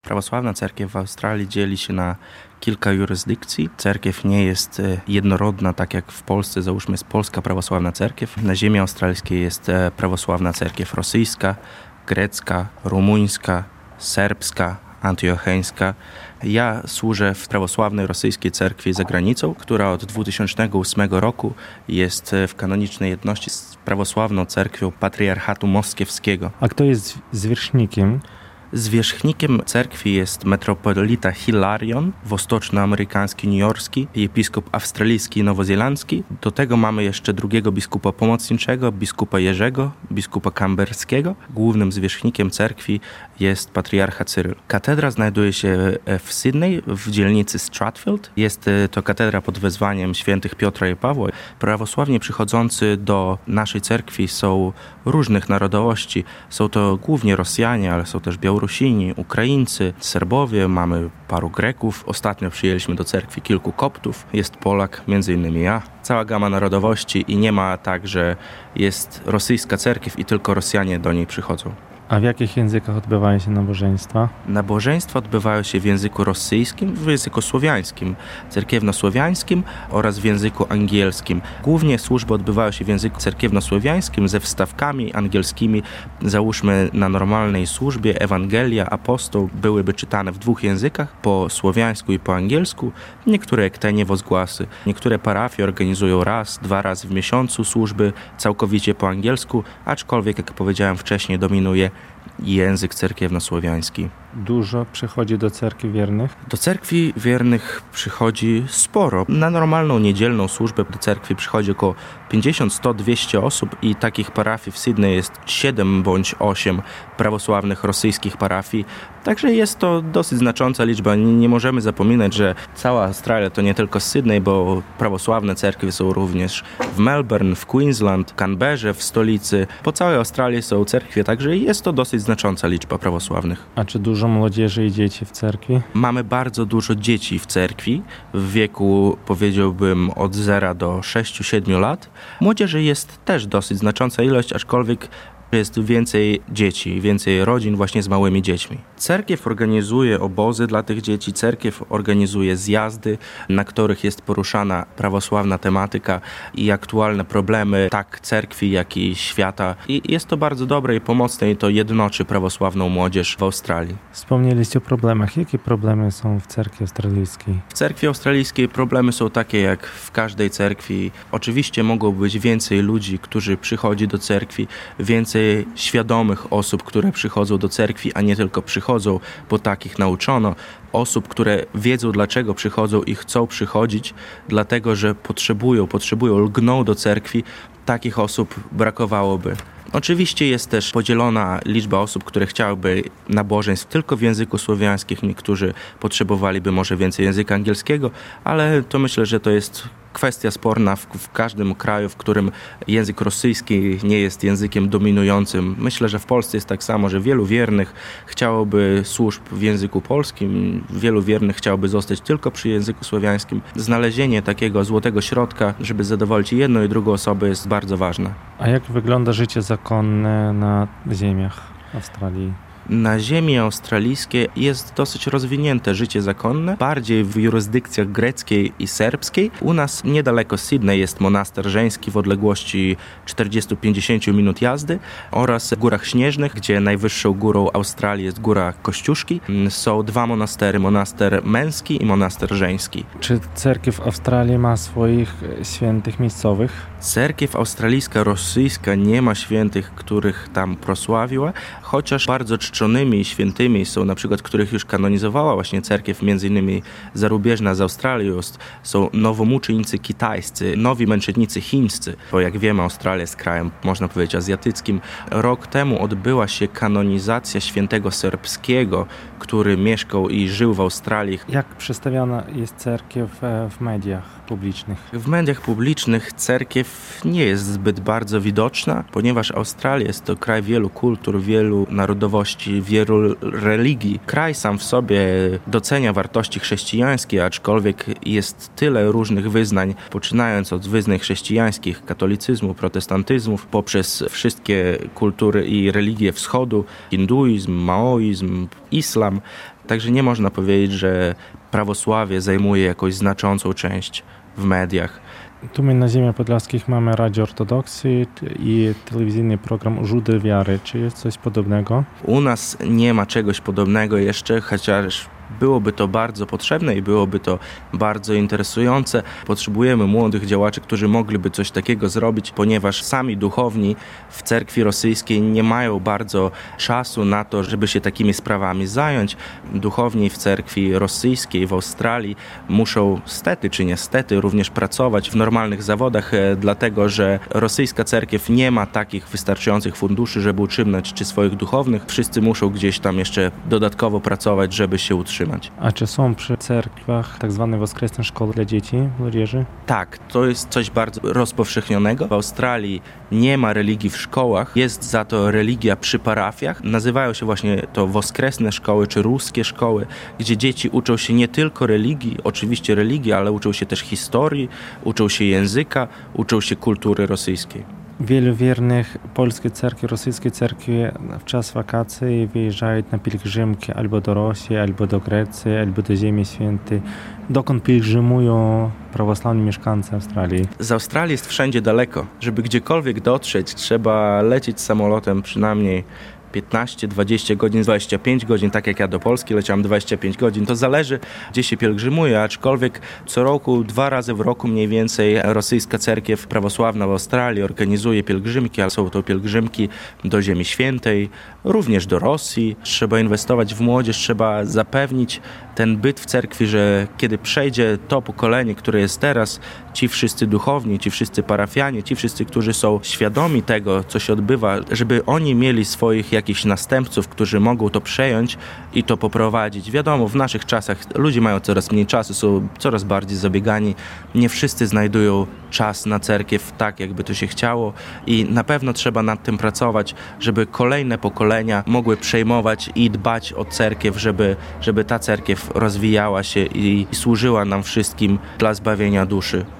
Prawosławna cerkiew w Australii dzieli się na kilka jurysdykcji. Cerkiew nie jest jednorodna, tak jak w Polsce, załóżmy jest Polska Prawosławna Cerkiew. Na ziemi australijskiej jest Prawosławna Cerkiew rosyjska, grecka, rumuńska, serbska, antiocheńska. Ja służę w prawosławnej rosyjskiej cerkwi za granicą, która od 2008 roku jest w kanonicznej jedności z prawosławną cerkwią Patriarchatu Moskiewskiego. A kto jest zwierzchnikiem? Zwierzchnikiem cerkwi jest metropolita Hilarion, wostocznoamerykański, newyorski, episkop australijski i nowozelandzki. Do tego mamy jeszcze drugiego biskupa pomocniczego, biskupa Jerzego, biskupa kamberskiego. Głównym zwierzchnikiem cerkwi jest patriarcha Cyryl. Katedra znajduje się w Sydney, w dzielnicy Stratfield. Jest to katedra pod wezwaniem świętych Piotra i Pawła. Prawosławnie przychodzący do naszej cerkwi są różnych narodowości. Są to głównie Rosjanie, ale są też Białorusini, Ukraińcy, Serbowie, mamy paru Greków. Ostatnio przyjęliśmy do cerkwi kilku Koptów. Jest Polak, między innymi ja. Cała gama narodowości i nie ma tak, że jest rosyjska cerkiew i tylko Rosjanie do niej przychodzą. A w jakich językach odbywają się nabożeństwa? Nabożeństwa odbywają się w języku rosyjskim, w języku słowiańskim, cerkiewnosłowiańskim oraz w języku angielskim. Głównie służby odbywają się w języku cerkiewnosłowiańskim ze wstawkami angielskimi. Załóżmy na normalnej służbie Ewangelia, Apostoł byłyby czytane w dwóch językach, po słowiańsku i po angielsku. Niektóre ektenie wozgłasy. Niektóre parafie organizują raz, 2 razy w miesiącu służby całkowicie po angielsku, aczkolwiek, jak powiedziałem wcześniej, dominuje język cerkiewnosłowiański. Dużo przychodzi do cerkwi wiernych? Do cerkwi wiernych przychodzi sporo. Na normalną niedzielną służbę do cerkwi przychodzi około 50, 100, 200 osób i takich parafii w Sydney jest 7 bądź 8 prawosławnych rosyjskich parafii. Także jest to dosyć znacząca liczba. Nie możemy zapominać, że cała Australia to nie tylko Sydney, bo prawosławne cerkwie są również w Melbourne, w Queensland, w Canberrze, w stolicy. Po całej Australii są cerkwie, także jest to dosyć znacząca liczba prawosławnych. A czy dużo młodzieży i dzieci w cerkwi? Mamy bardzo dużo dzieci w cerkwi, w wieku powiedziałbym od 0 do 6-7 lat. Młodzieży jest też dosyć znacząca ilość, aczkolwiek jest więcej dzieci, więcej rodzin właśnie z małymi dziećmi. Cerkiew organizuje obozy dla tych dzieci, cerkiew organizuje zjazdy, na których jest poruszana prawosławna tematyka i aktualne problemy tak cerkwi, jak i świata. I jest to bardzo dobre i pomocne i to jednoczy prawosławną młodzież w Australii. Wspomnieliście o problemach. Jakie problemy są w cerkwi australijskiej? W cerkwi australijskiej problemy są takie jak w każdej cerkwi. Oczywiście mogło być więcej ludzi, którzy przychodzi do cerkwi, więcej świadomych osób, które przychodzą do cerkwi, a nie tylko przychodzą, bo takich nauczono. Osób, które wiedzą, dlaczego przychodzą i chcą przychodzić, dlatego, że potrzebują, lgną do cerkwi. Takich osób brakowałoby. Oczywiście jest też podzielona liczba osób, które chciałyby nabożeństw tylko w języku słowiańskim. Niektórzy potrzebowaliby może więcej języka angielskiego, ale to myślę, że to jest kwestia sporna w każdym kraju, w którym język rosyjski nie jest językiem dominującym. Myślę, że w Polsce jest tak samo, że wielu wiernych chciałoby służb w języku polskim, wielu wiernych chciałoby zostać tylko przy języku słowiańskim. Znalezienie takiego złotego środka, żeby zadowolić jedną i drugą osobę, jest bardzo ważne. A jak wygląda życie zakonne na ziemiach Australii? Na ziemi australijskiej jest dosyć rozwinięte życie zakonne, bardziej w jurysdykcjach greckiej i serbskiej. U nas niedaleko Sydney jest monaster żeński w odległości 40-50 minut jazdy oraz w Górach Śnieżnych, gdzie najwyższą górą Australii jest Góra Kościuszki. Są 2 monastery, monaster męski i monaster żeński. Czy cerkiew Australii ma swoich świętych miejscowych? Cerkiew australijska, rosyjska nie ma świętych, których tam prosławiła, chociaż bardzo czczonymi świętymi są na przykład, których już kanonizowała właśnie cerkiew, między innymi zarubieżna z Australii, są nowomuczyńcy kitajscy, nowi męczennicy chińscy, bo jak wiemy Australia jest krajem, można powiedzieć, azjatyckim. Rok temu odbyła się kanonizacja świętego serbskiego, który mieszkał i żył w Australii. Jak przedstawiana jest cerkiew w mediach publicznych? W mediach publicznych cerkiew nie jest zbyt bardzo widoczna, ponieważ Australia jest to kraj wielu kultur, wielu narodowości, wielu religii. Kraj sam w sobie docenia wartości chrześcijańskie, aczkolwiek jest tyle różnych wyznań, poczynając od wyznań chrześcijańskich, katolicyzmu, protestantyzmu, poprzez wszystkie kultury i religie wschodu, hinduizm, maoizm, islam. Także nie można powiedzieć, że prawosławie zajmuje jakąś znaczącą część w mediach. Tu my na ziemiach podlaskich mamy Radio Ortodoksji i telewizyjny program Źródło Wiary. Czy jest coś podobnego? U nas nie ma czegoś podobnego jeszcze, chociaż byłoby to bardzo potrzebne i byłoby to bardzo interesujące. Potrzebujemy młodych działaczy, którzy mogliby coś takiego zrobić, ponieważ sami duchowni w cerkwi rosyjskiej nie mają bardzo czasu na to, żeby się takimi sprawami zająć. Duchowni w cerkwi rosyjskiej w Australii muszą stety czy niestety również pracować w normalnych zawodach, dlatego że rosyjska cerkiew nie ma takich wystarczających funduszy, żeby utrzymać czy swoich duchownych. Wszyscy muszą gdzieś tam jeszcze dodatkowo pracować, żeby się utrzymać. A czy są przy cerkwiach tak zwane woskresne szkoły dla dzieci, młodzieży? Tak, to jest coś bardzo rozpowszechnionego. W Australii nie ma religii w szkołach, jest za to religia przy parafiach. Nazywają się właśnie to woskresne szkoły czy ruskie szkoły, gdzie dzieci uczą się nie tylko religii, oczywiście religii, ale uczą się też historii, uczą się języka, uczą się kultury rosyjskiej. Wielu wiernych polskiej cerkwi, rosyjskiej cerkwi w czas wakacji wyjeżdżają na pielgrzymki albo do Rosji, albo do Grecji, albo do Ziemi Świętej. Dokąd pielgrzymują prawosławni mieszkańcy Australii? Z Australii jest wszędzie daleko. Żeby gdziekolwiek dotrzeć, trzeba lecieć samolotem przynajmniej 15, 20 godzin, 25 godzin, tak jak ja do Polski leciałem 25 godzin. To zależy, gdzie się pielgrzymuje, aczkolwiek co roku, 2 razy w roku mniej więcej rosyjska cerkiew prawosławna w Australii organizuje pielgrzymki, ale są to pielgrzymki do Ziemi Świętej, również do Rosji. Trzeba inwestować w młodzież, trzeba zapewnić ten byt w cerkwi, że kiedy przejdzie to pokolenie, które jest teraz, ci wszyscy duchowni, ci wszyscy parafianie, ci wszyscy, którzy są świadomi tego, co się odbywa, żeby oni mieli swoich jakichś następców, którzy mogą to przejąć i to poprowadzić. Wiadomo, w naszych czasach ludzie mają coraz mniej czasu, są coraz bardziej zabiegani. Nie wszyscy znajdują czas na cerkiew tak, jakby to się chciało i na pewno trzeba nad tym pracować, żeby kolejne pokolenia mogły przejmować i dbać o cerkiew, żeby ta cerkiew rozwijała się i służyła nam wszystkim dla zbawienia duszy.